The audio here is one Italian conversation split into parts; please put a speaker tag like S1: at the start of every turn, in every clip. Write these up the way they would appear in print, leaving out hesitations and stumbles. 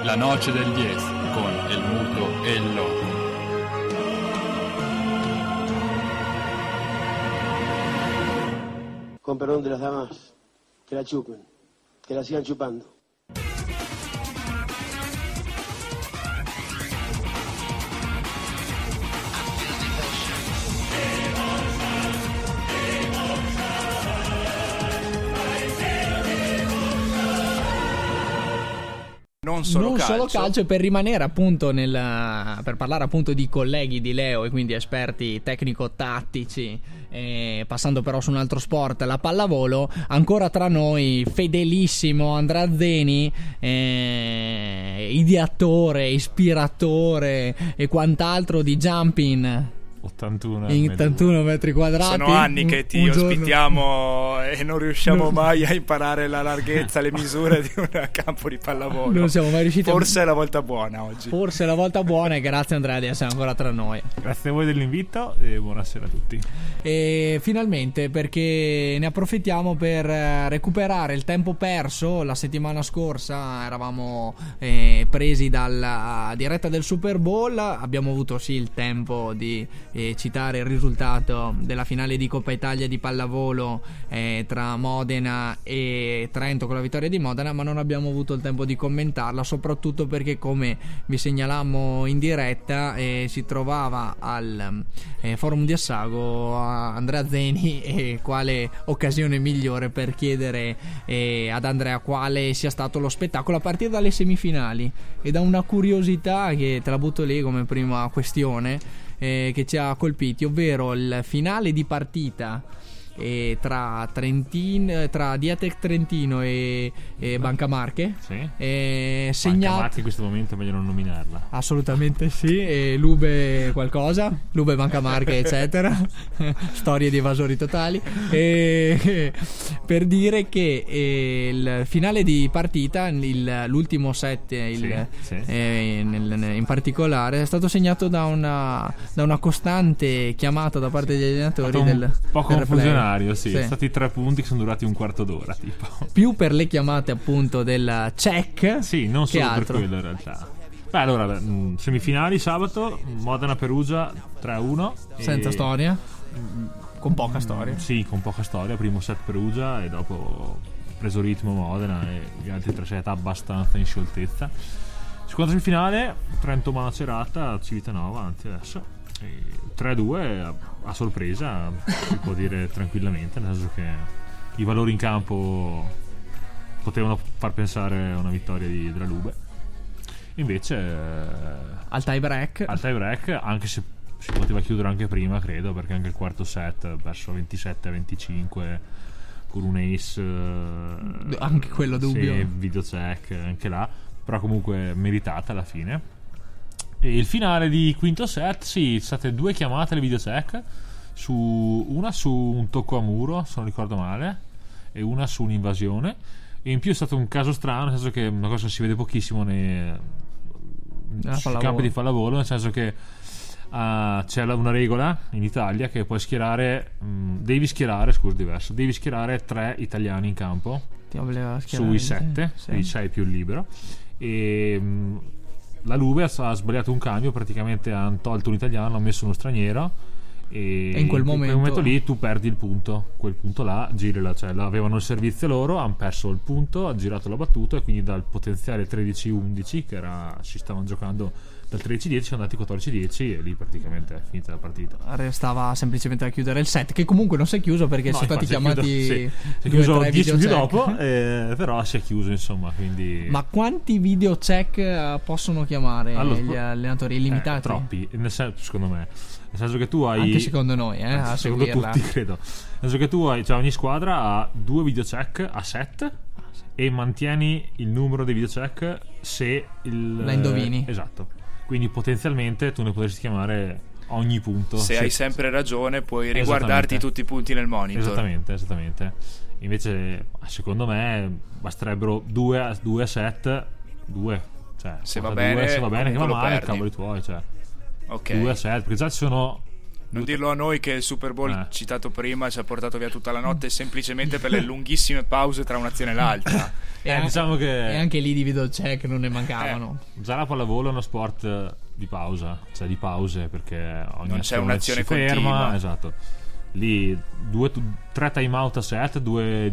S1: La noche del 10 con el muto e el loco.
S2: Con perdón de las damas, que la chupen, que la sigan chupando.
S3: Non solo calcio,
S4: per rimanere appunto per parlare appunto di colleghi di Leo e quindi esperti tecnico-tattici, passando però su un altro sport, la pallavolo. Ancora tra noi fedelissimo Andrea Zeni, ideatore, ispiratore e quant'altro di Jumping 81 metri quadrati.
S3: Sono anni che ti ospitiamo e non riusciamo mai a imparare la larghezza, le misure di un campo di pallavolo.
S4: Non siamo mai riusciti.
S3: Forse è la volta buona oggi.
S4: Forse è la volta buona, e grazie Andrea di essere ancora tra noi.
S5: Grazie a voi dell'invito e buonasera a tutti.
S4: E finalmente, perché ne approfittiamo per recuperare il tempo perso. La settimana scorsa eravamo presi dalla diretta del Super Bowl. Abbiamo avuto sì il tempo di citare il risultato della finale di Coppa Italia di pallavolo tra Modena e Trento, con la vittoria di Modena, ma non abbiamo avuto il tempo di commentarla, soprattutto perché, come vi segnalammo in diretta, si trovava al forum di Assago Andrea Zeni, e quale occasione migliore per chiedere ad Andrea quale sia stato lo spettacolo a partire dalle semifinali e da una curiosità che te la butto lì come prima questione, che ci ha colpiti, ovvero il finale di partita tra Diatec Trentino e Banca Marche.
S5: Sì.
S4: Segnato
S5: Banca Marche in questo momento è meglio non nominarla.
S4: Assolutamente sì. E Lube qualcosa, Lube Banca Marche eccetera. Storie di evasori totali. Per dire che il finale di partita, l'ultimo set in particolare, è stato segnato da una costante chiamata da parte degli allenatori
S5: un po' confusionario.
S4: Sì.
S5: Sono stati 3 punti che sono durati un quarto d'ora, tipo.
S4: Più per le chiamate appunto del check.
S5: Sì, non solo
S4: altro.
S5: per quello in realtà. Allora, semifinali sabato, Modena-Perugia 3-1.
S4: Senza storia. Con poca storia.
S5: Sì, con poca storia. Primo set Perugia e dopo preso ritmo Modena e gli altri 3 set abbastanza in scioltezza. Seconda semifinale, Trento-Macerata, Civitanova, anzi adesso. 3-2 a sorpresa, si può dire tranquillamente, nel senso che i valori in campo potevano far pensare a una vittoria della Lube. Invece
S4: al tie break,
S5: anche se si poteva chiudere anche prima, credo, perché anche il quarto set verso 27-25 con un ace,
S4: anche quello dubbio,
S5: sì, video check anche là, però comunque meritata alla fine. E il finale di quinto set, sì, state 2 chiamate alle video check, una su un tocco a muro, se non ricordo male, e una su un'invasione. E in più è stato un caso strano, nel senso che una cosa che si vede pochissimo sui campi di pallavolo, nel senso che c'è una regola in Italia che puoi schierare, devi schierare 3 italiani in campo sui 7,
S4: sì.
S5: Quindi sei più libero. E la Lube ha sbagliato un cambio, praticamente hanno tolto un italiano, hanno messo uno straniero, e in quel momento lì tu perdi il punto, quel punto là, cioè avevano il servizio loro, hanno perso il punto, ha girato la battuta, e quindi dal potenziale 13-11 che si stavano giocando dal 13-10 sono andati 14-10 e lì praticamente è finita la partita.
S4: Restava semplicemente da chiudere il set, che comunque non si è chiuso perché sono stati chiamati.
S5: Si è chiuso 10 minuti dopo, però si è chiuso, insomma, quindi.
S4: Ma quanti video check possono chiamare gli allenatori? Illimitati?
S5: Troppi, secondo me. Nel senso che tu hai,
S4: anche secondo noi, a
S5: secondo tutti, credo. Nel senso che tu hai, cioè ogni squadra ha 2 video check a set e mantieni il numero dei video check se la
S4: indovini.
S5: Esatto. Quindi potenzialmente tu ne potresti chiamare ogni punto.
S3: Se hai sempre ragione, puoi riguardarti tutti i punti nel monitor.
S5: Esattamente. Invece, secondo me, basterebbero 2 a set. 2. Cioè,
S3: se va bene,
S5: che va male, cavoli tuoi. Cioè,
S3: okay.
S5: 2 a set, perché già ci sono
S3: Non dirlo a noi che il Super Bowl citato prima ci ha portato via tutta la notte semplicemente per le lunghissime pause tra un'azione e l'altra.
S5: Diciamo che
S4: e anche lì di video check non ne mancavano.
S5: Già la pallavolo è uno sport di pausa, cioè di pause, perché ogni
S3: non c'è un'azione
S5: si ferma,
S3: continua.
S5: esatto. Lì 3 time out a set,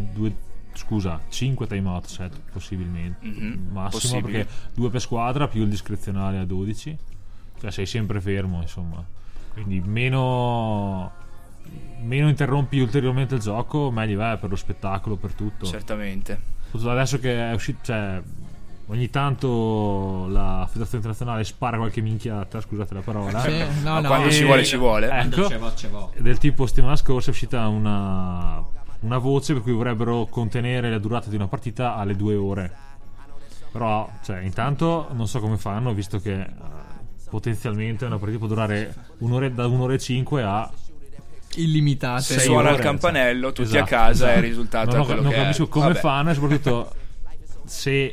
S5: 5 time out a set possibilmente, massimo,
S3: possibile.
S5: perché 2 per squadra più il discrezionale a 12, cioè sei sempre fermo, insomma. Quindi meno interrompi ulteriormente il gioco, meglio è per lo spettacolo, per tutto.
S3: Certamente.
S5: Adesso che è uscito, cioè, ogni tanto la Federazione Internazionale spara qualche minchiata, scusate la parola.
S4: Sì, no,
S3: quando ci vuole ci vuole.
S5: Ecco,
S6: Ci va.
S5: del tipo settimana scorsa è uscita una voce per cui vorrebbero contenere la durata di una partita alle 2 ore. Però, cioè, intanto non so come fanno, visto che potenzialmente una partita può durare da 1 ora e 5 a
S4: Illimitate.
S3: Se suona il campanello, tutti a casa, e il risultato è quello
S5: non
S3: che
S5: capisco
S3: è.
S5: come
S3: Vabbè.
S5: fanno, e soprattutto se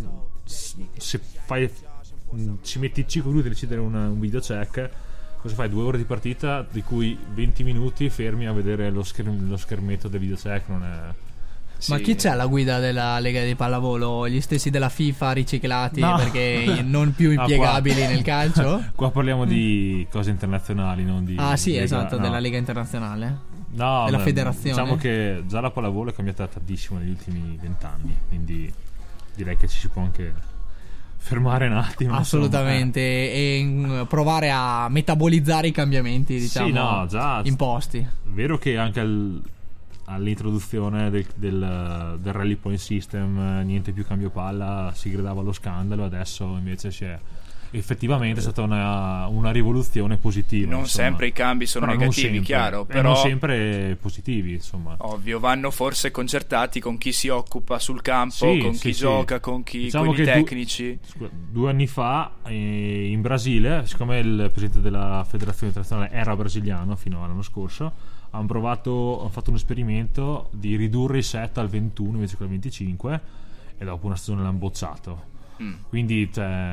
S5: fai, ci metti 5 minuti a decidere un video check, cosa fai? 2 ore di partita di cui 20 minuti fermi a vedere lo schermetto del video check. Non è...
S4: Ma
S3: Sì.
S4: chi c'è alla guida della Lega di Pallavolo? Gli stessi della FIFA riciclati
S5: No.
S4: perché non più
S5: No,
S4: impiegabili
S5: qua-
S4: nel calcio?
S5: Qua parliamo di cose internazionali, non di
S4: Ah sì,
S5: Lega,
S4: esatto,
S5: no.
S4: della Lega Internazionale.
S5: No,
S4: della
S5: ma
S4: federazione.
S5: Diciamo che già la pallavolo è cambiata tantissimo negli ultimi 20 anni, quindi direi che ci si può anche fermare un attimo.
S4: Assolutamente, e provare a metabolizzare i cambiamenti, diciamo,
S5: Sì, no, già.
S4: imposti.
S5: È vero che anche all'introduzione del rally point system, niente più cambio palla, si gridava allo scandalo. Adesso invece effettivamente è stata una rivoluzione positiva.
S3: Non
S5: insomma.
S3: sempre i cambi sono
S5: Però non
S3: negativi,
S5: sempre,
S3: chiaro,
S5: e
S3: però
S5: non sempre positivi, insomma.
S3: ovvio, vanno forse concertati con chi si occupa sul campo,
S5: Sì,
S3: con
S5: sì,
S3: chi
S5: sì.
S3: gioca, con chi,
S5: Diciamo
S3: con i
S5: che
S3: tecnici.
S5: 2 anni fa in Brasile, siccome il presidente della Federazione Internazionale era brasiliano fino all'anno scorso, hanno fatto un esperimento di ridurre i set al 21 invece che al 25, e dopo una stagione l'hanno bocciato. Quindi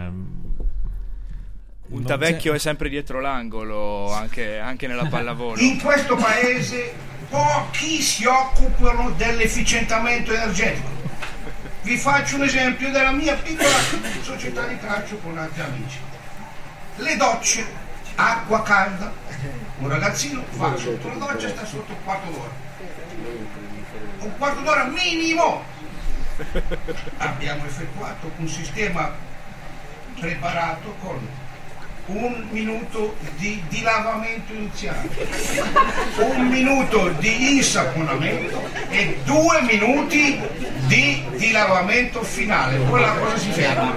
S3: Un Tavecchio è sempre dietro l'angolo, anche nella pallavolo.
S7: In questo paese pochi si occupano dell'efficientamento energetico. Vi faccio un esempio della mia piccola società di calcio con altri amici. Le docce, acqua calda. Un ragazzino va sotto la doccia e sta sotto un quarto d'ora. Un quarto d'ora minimo! Abbiamo effettuato un sistema preparato con 1 minuto di dilavamento iniziale, 1 minuto di insaponamento e 2 minuti di dilavamento finale. Poi la cosa si ferma.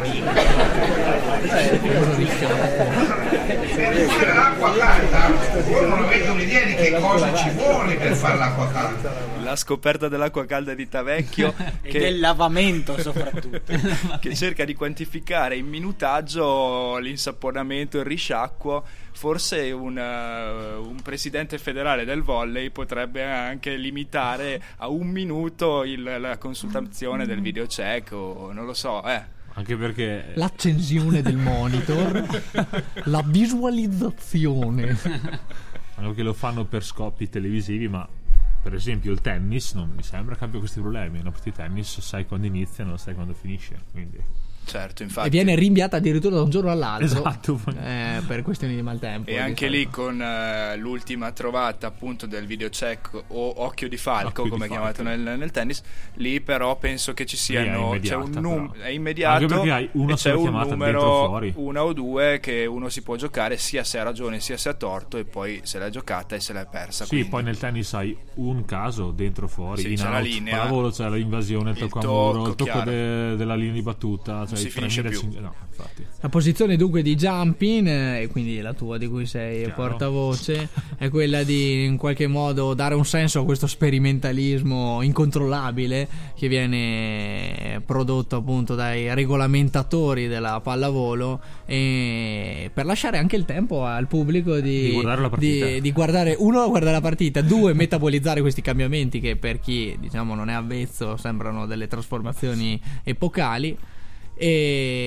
S7: Per fare l'acqua calda, voi non avete un'idea di che cosa ci vuole per fare l'acqua calda.
S3: La scoperta dell'acqua calda di Tavecchio
S6: E del lavamento soprattutto.
S3: che cerca di quantificare in minutaggio l'insaponamento e il risciacquo. Forse un presidente federale del volley potrebbe anche limitare a 1 minuto la consultazione del video check, o non lo so,
S5: anche perché
S4: L'accensione del monitor, la visualizzazione.
S5: anche che lo fanno per scopi televisivi, ma per esempio il tennis non mi sembra che abbia questi problemi. Una partita di tennis sai quando inizia, non sai quando finisce, quindi
S3: certo, infatti.
S4: E viene rinviata addirittura da un giorno all'altro.
S5: esatto.
S4: Per questioni di maltempo.
S3: E anche lì con l'ultima trovata appunto del video check o occhio di falco,
S5: Occhio di
S3: come è
S5: falco.
S3: chiamato nel tennis, lì però penso che ci siano,
S5: Lì è
S3: c'è
S5: immediata,
S3: un
S5: però.
S3: è immediato,
S5: Anche perché hai una
S3: e c'è
S5: sola
S3: un
S5: chiamata dentro o
S3: numero,
S5: fuori.
S3: 1 o 2, che uno si può giocare sia se ha ragione sia se ha torto, e poi se l'ha giocata e se l'ha persa.
S5: Sì,
S3: quindi.
S5: poi nel tennis hai un caso dentro o fuori,
S3: Sì,
S5: in
S3: c'è la
S5: out,
S3: linea,
S5: pallavolo c'è l'invasione, il
S3: il
S5: tocco a muro,
S3: tocco,
S5: il tocco
S3: chiaro.
S5: della linea di battuta, cioè
S3: si
S5: i
S3: finisce
S5: 3.500. No, infatti.
S4: La posizione dunque di jumping, e quindi la tua di cui sei
S5: Chiaro.
S4: portavoce, è quella di in qualche modo dare un senso a questo sperimentalismo incontrollabile che viene prodotto appunto dai regolamentatori della pallavolo, e per lasciare anche il tempo al pubblico
S5: Di guardare la partita.
S4: di guardare la partita, 2 metabolizzare questi cambiamenti che per chi diciamo non è avvezzo sembrano delle trasformazioni epocali.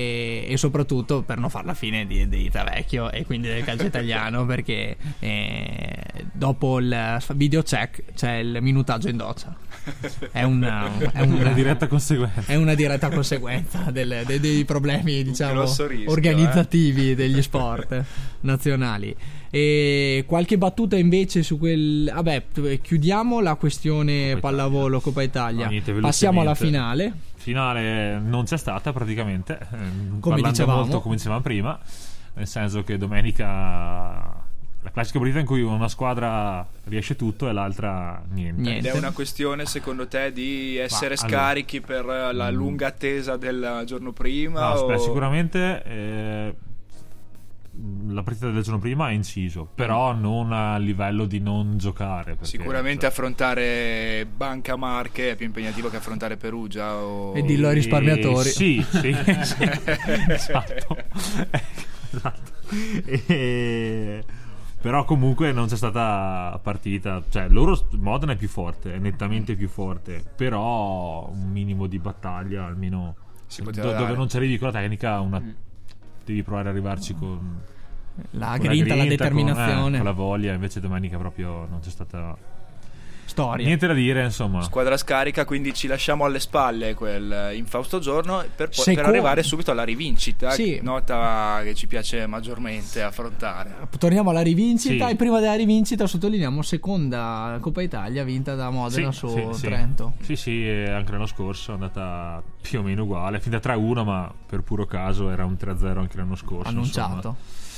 S4: e soprattutto per non far la fine di Tavecchio e quindi del calcio italiano, perché dopo il video check c'è il minutaggio in doccia. È una
S5: diretta conseguenza.
S4: È una diretta conseguenza dei problemi, diciamo,
S3: grosso rischio,
S4: organizzativi degli sport nazionali. E qualche battuta invece su quel. Vabbè, chiudiamo la questione pallavolo Coppa Italia.
S5: No, niente,
S4: passiamo alla finale.
S5: Finale non c'è stata praticamente,
S4: come
S5: dicevamo prima, nel senso che domenica la classica partita in cui una squadra riesce tutto e l'altra niente.
S3: Ed è una questione secondo te di essere scarichi per la lunga attesa del giorno prima?
S5: No, sicuramente la partita del giorno prima ha inciso, però non a livello di non giocare, perché,
S3: sicuramente affrontare Banca Marche è più impegnativo che affrontare Perugia
S4: e dillo ai risparmiatori.
S5: Sì. Esatto. Però comunque non c'è stata partita, cioè Modena è più forte, è nettamente più forte, però un minimo di battaglia almeno dove non ci arrivi con la tecnica, devi provare ad arrivarci con
S4: la grinta, la determinazione,
S5: con la voglia. Invece domenica proprio non c'è stata
S4: storia,
S5: niente da dire, insomma.
S3: Squadra scarica, quindi ci lasciamo alle spalle quel infausto giorno per arrivare subito alla rivincita, nota che ci piace maggiormente affrontare.
S4: Torniamo alla rivincita, e prima della rivincita sottolineiamo seconda Coppa Italia vinta da Modena su Trento.
S5: Sì, e anche l'anno scorso è andata più o meno uguale, fin da 3-1, ma per puro caso era un 3-0 anche l'anno scorso,
S4: annunciato.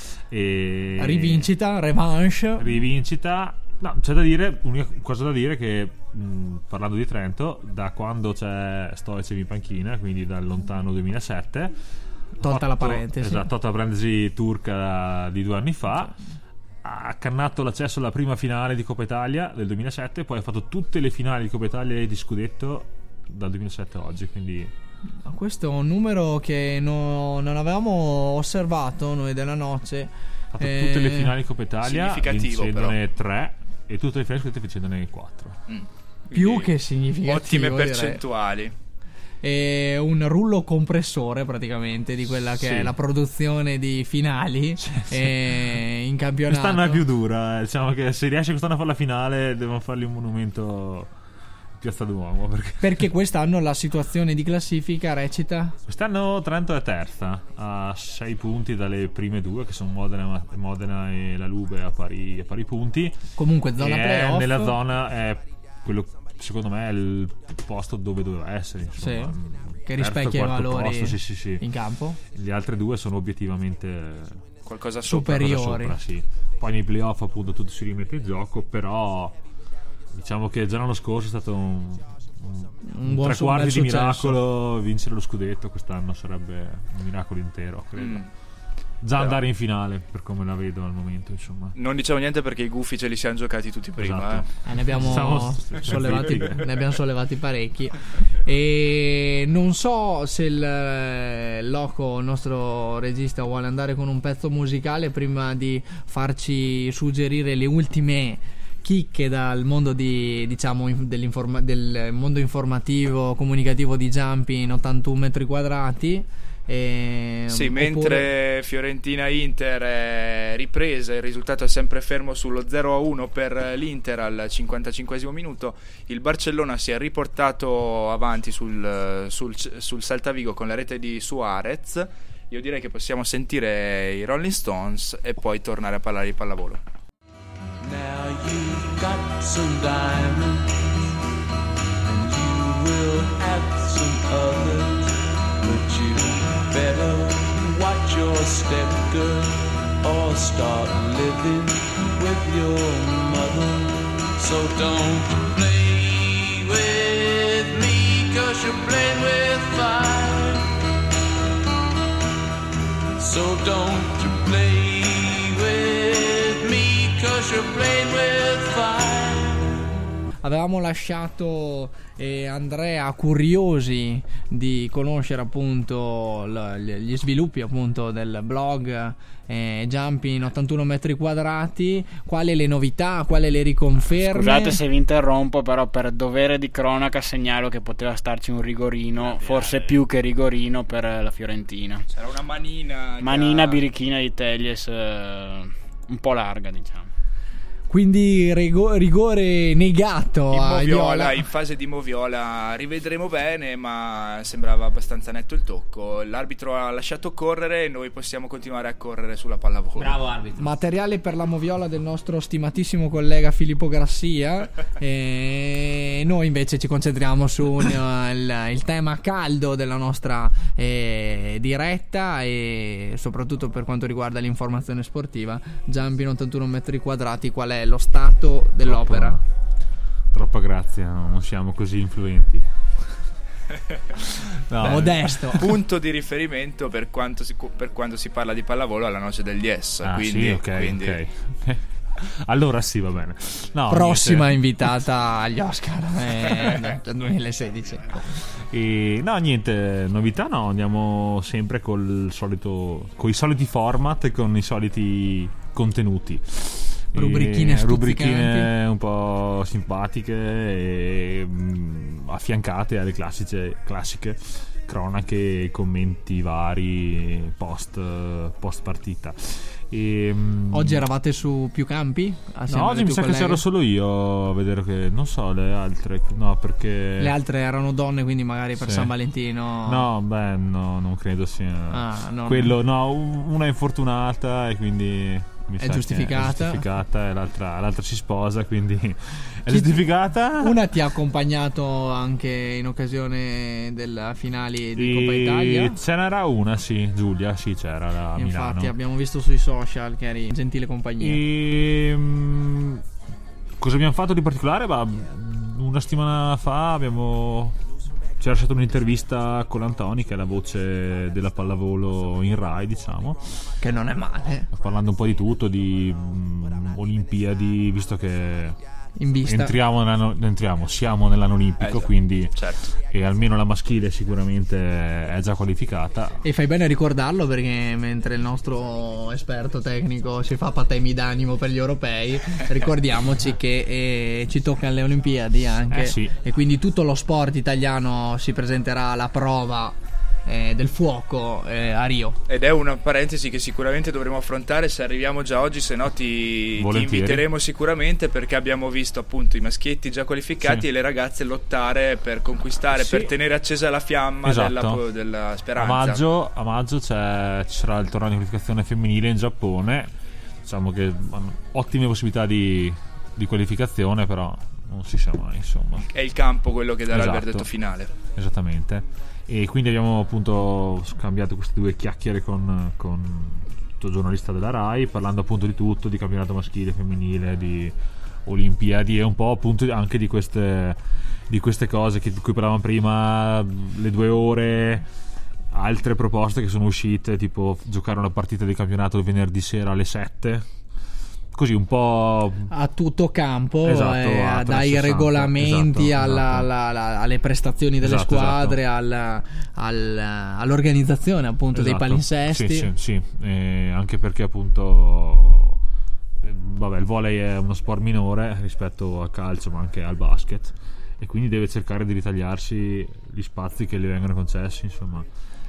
S5: E
S4: rivincita, rivincita. No, c'è da dire, unica cosa da dire che parlando di Trento, da quando c'è Stoicev in panchina, quindi dal lontano 2007, tolta la
S5: parentesi turca di 2 anni fa, ha cannato l'accesso alla prima finale di Coppa Italia del 2007, poi ha fatto tutte le finali di Coppa Italia e di scudetto dal 2007 a oggi, quindi
S4: questo è un numero che non avevamo osservato noi della Noce.
S5: Ha fatto tutte le finali Coppa Italia vincendone 3 e tutte le finali scudetto vincendone 4.
S4: Più che significativo,
S3: ottime percentuali.
S4: E un rullo compressore praticamente di quella che è la produzione di finali in campionato.
S5: Quest'anno è più dura, diciamo che se riesce quest'anno a fare la finale devono fargli un monumento Piazza Duomo,
S4: perché quest'anno la situazione di classifica recita:
S5: quest'anno Trento è terza a 6 punti dalle prime due, che sono Modena e la Lube a pari punti.
S4: Comunque zona playoff,
S5: nella zona è quello, secondo me, è il posto dove doveva essere, insomma,
S4: che rispecchia i valori
S5: posto,
S4: in campo.
S5: Le altre due sono obiettivamente
S3: qualcosa
S4: superiori.
S5: Poi nei playoff appunto tutto si rimette in gioco, però diciamo che già l'anno scorso è stato un
S4: buon
S5: 3/4 di miracolo vincere lo scudetto. Quest'anno sarebbe un miracolo intero, credo. Già andare in finale, per come la vedo al momento, insomma.
S3: Non dicevo niente perché i gufi ce li siamo giocati tutti prima.
S5: Esatto.
S4: Ne abbiamo sollevati parecchi. E non so se il Loco, il nostro regista, vuole andare con un pezzo musicale prima di farci suggerire le ultime chicche dal mondo del mondo informativo comunicativo di Jumpy in 81 metri quadrati.
S3: Mentre Fiorentina-Inter è ripresa, il risultato è sempre fermo sullo 0-1 per l'Inter al 55esimo minuto. Il Barcellona si è riportato avanti sul Saltavigo con la rete di Suarez. Io direi che possiamo sentire i Rolling Stones e poi tornare a parlare di pallavolo.
S8: Now you've got some diamonds and you will have some others, but you better watch your step, girl, or start living with your mother. So don't play with me, 'cause you're playing with fire. So don't play with me, 'cause you're playing with fire.
S4: avevamo lasciato Andrea curiosi di conoscere appunto gli sviluppi appunto del blog Jumping 81 metri quadrati, quali le novità, quali le riconferme.
S6: Scusate se vi interrompo, però per dovere di cronaca segnalo che poteva starci un rigorino, forse più che rigorino, per la Fiorentina.
S3: C'era una
S6: manina birichina di Telles, un po' larga, diciamo.
S4: Quindi rigore negato
S3: in
S4: a
S3: Moviola,
S4: Viola.
S3: in fase di Moviola rivedremo bene, ma sembrava abbastanza netto il tocco. L'arbitro ha lasciato correre e noi possiamo continuare a correre sulla pallavolo.
S6: Bravo arbitro.
S4: Materiale per la Moviola del nostro stimatissimo collega Filippo Grassia. E noi invece ci concentriamo su il tema caldo della nostra diretta, e soprattutto per quanto riguarda l'informazione sportiva. Jumping 81 metri quadrati, qual è lo stato dell'opera?
S5: Troppa grazia, non siamo così influenti. No,
S4: modesto.
S3: Punto di riferimento per quando si parla di pallavolo alla noce del Dies. Quindi,
S5: sì, ok. Allora sì, va bene. No,
S4: prossima
S5: niente.
S4: invitata agli Oscar del 2016.
S5: No, niente, novità no, andiamo sempre coi soliti format e con i soliti contenuti. Rubrichine un po' simpatiche e affiancate alle classiche cronache e commenti vari post partita.
S4: Oggi eravate su più campi?
S5: No, oggi mi sa che c'ero solo io a vedere, che non so le altre, no, perché
S4: le altre erano donne, quindi magari per San Valentino.
S5: No, beh, no, non credo sia quello. No, una è infortunata e quindi
S4: è giustificata
S5: e l'altra si sposa, quindi è giustificata.
S4: Una ti ha accompagnato anche in occasione della finale di Coppa Italia?
S5: Ce n'era una, sì, Giulia, sì, c'era la Milano.
S4: Infatti abbiamo visto sui social che eri in gentile compagnia.
S5: Cosa abbiamo fatto di particolare? Una settimana fa c'era stata un'intervista con Antoni, che è la voce della pallavolo in Rai, diciamo,
S4: che non è male,
S5: parlando un po' di tutto, di Olimpiadi, visto che
S4: in vista
S5: siamo nell'anno olimpico, quindi
S3: certo.
S5: E almeno la maschile sicuramente è già qualificata.
S4: E fai bene a ricordarlo, perché mentre il nostro esperto tecnico ci fa patemi d'animo per gli europei, ricordiamoci che ci tocca alle Olimpiadi anche,
S5: sì.
S4: E quindi tutto lo sport italiano si presenterà alla prova del fuoco a Rio.
S3: Ed è una parentesi che sicuramente dovremo affrontare se arriviamo già oggi, se no ti inviteremo sicuramente, perché abbiamo visto appunto i maschietti già qualificati, sì, e le ragazze lottare per conquistare, sì, per tenere accesa la fiamma, esatto, della speranza.
S5: A maggio ci sarà il torneo di qualificazione femminile in Giappone, diciamo che hanno ottime possibilità di qualificazione, però non si sa mai, insomma.
S3: È il campo quello che darà, esatto, il verdetto finale.
S5: Esattamente. E quindi abbiamo appunto scambiato queste due chiacchiere con tutto giornalista della Rai, parlando appunto di tutto, di campionato maschile, femminile, di Olimpiadi e un po' appunto anche di queste cose di cui parlavamo prima, le 2 ore, altre proposte che sono uscite, tipo giocare una partita di campionato il venerdì sera alle 7. Così un po'
S4: a tutto campo,
S5: esatto,
S4: dai regolamenti,
S5: esatto,
S4: alle prestazioni delle squadre, esatto, all'organizzazione appunto, esatto, dei palinsesti.
S5: Sì. Anche perché appunto il volley è uno sport minore rispetto al calcio, ma anche al basket, e quindi deve cercare di ritagliarsi gli spazi che gli vengono concessi, insomma.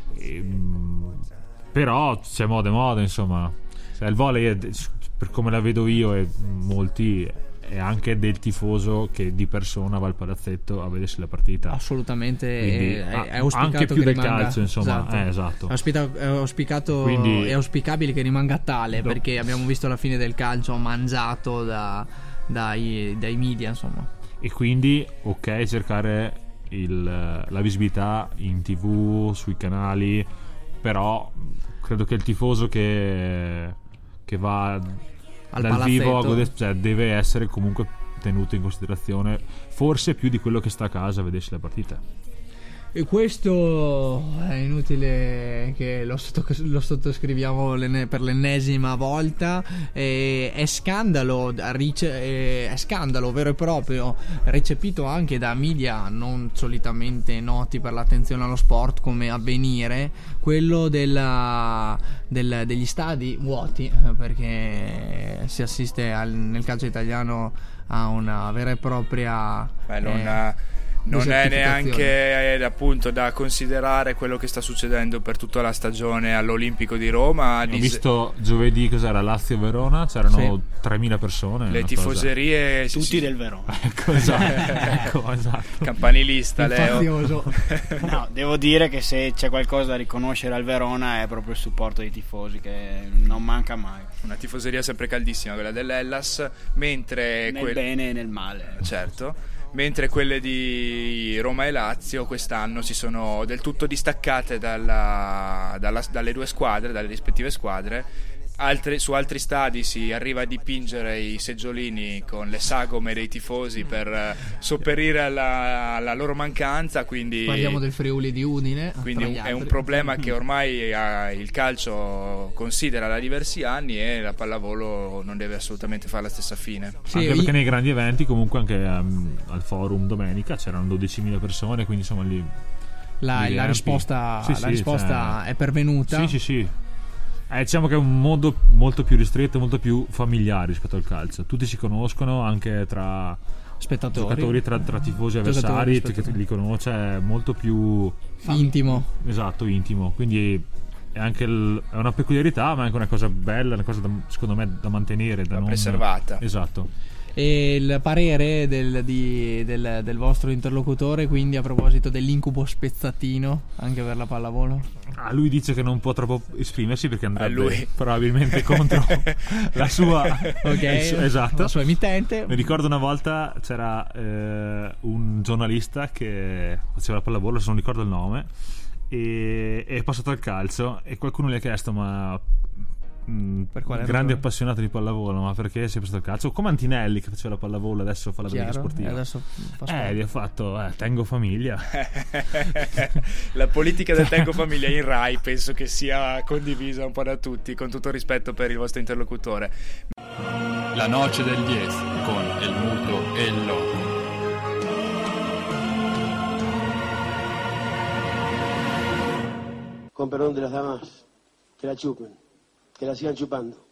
S5: Però c'è moda e moda, insomma. Il volley per come la vedo io e molti, è anche del tifoso che di persona va al palazzetto a vedersi la partita.
S4: Assolutamente. Quindi, è auspicato
S5: anche più
S4: che
S5: del
S4: rimanga,
S5: calcio, insomma.
S4: esatto. È auspicato,
S5: quindi,
S4: è auspicabile che rimanga tale, perché abbiamo visto la fine del calcio mangiato dai media, insomma.
S5: E quindi cercare la visibilità in TV, sui canali, però credo che il tifoso che va dal vivo a godersi, deve essere comunque tenuto in considerazione, forse più di quello che sta a casa a vedersi la partita.
S4: E questo è inutile che lo sottoscriviamo per l'ennesima volta. È scandalo, è scandalo vero e proprio, recepito anche da media non solitamente noti per l'attenzione allo sport come Avvenire, quello degli stadi vuoti, perché si assiste nel calcio italiano a una vera e propria
S3: non è neanche appunto da considerare quello che sta succedendo per tutta la stagione all'Olimpico di Roma.
S5: Ho visto giovedì cos'era Lazio-Verona, c'erano 3.000 persone.
S3: Le tifoserie
S6: tutti del Verona.
S5: Ecco, esatto.
S3: Campanilista Leo.
S6: No, devo dire che se c'è qualcosa da riconoscere al Verona è proprio il supporto dei tifosi, che non manca mai.
S3: Una tifoseria sempre caldissima quella dell'Hellas, mentre
S6: nel bene e nel male.
S3: Certo. Mentre quelle di Roma e Lazio quest'anno si sono del tutto distaccate dalle due squadre, dalle rispettive squadre. Su altri stadi si arriva a dipingere i seggiolini con le sagome dei tifosi per sopperire alla loro mancanza, quindi
S4: parliamo del Friuli di Udine,
S3: quindi è un problema che ormai il calcio considera da diversi anni, e la pallavolo non deve assolutamente fare la stessa fine.
S5: Anche perché nei grandi eventi comunque anche al forum domenica c'erano 12.000 persone, quindi insomma lì
S4: la risposta è pervenuta.
S5: Sì. Diciamo che è un mondo molto più ristretto, molto più familiare rispetto al calcio. Tutti si conoscono anche tra spettatori, tra tifosi avversari, che li conosce, è molto più
S4: intimo.
S5: Esatto, intimo. Quindi è anche è una peculiarità, ma è anche una cosa bella, una cosa secondo me da mantenere, da non
S3: preservata.
S4: Esatto. E il parere del vostro interlocutore, quindi, a proposito dell'incubo spezzatino anche per la pallavolo?
S5: Lui dice che non può troppo esprimersi perché andrebbe probabilmente contro la sua esatto,
S4: la sua emittente.
S5: Mi ricordo una volta c'era un giornalista che faceva la pallavolo, se non ricordo il nome, e è passato al calcio, e qualcuno gli ha chiesto: ma
S4: per quale
S5: grande appassionato di pallavolo, ma perché si è passato al calcio? Come Antinelli che faceva la pallavolo, adesso fa la domenica sportiva.
S4: Adesso
S5: gli ha fatto tengo famiglia.
S3: La politica del tengo famiglia in Rai penso che sia condivisa un po' da tutti, con tutto rispetto per il vostro interlocutore.
S1: La noce del 10 con il muto e il loco.
S2: Con perdón de las damas, que la chupen, que la sigan chupando.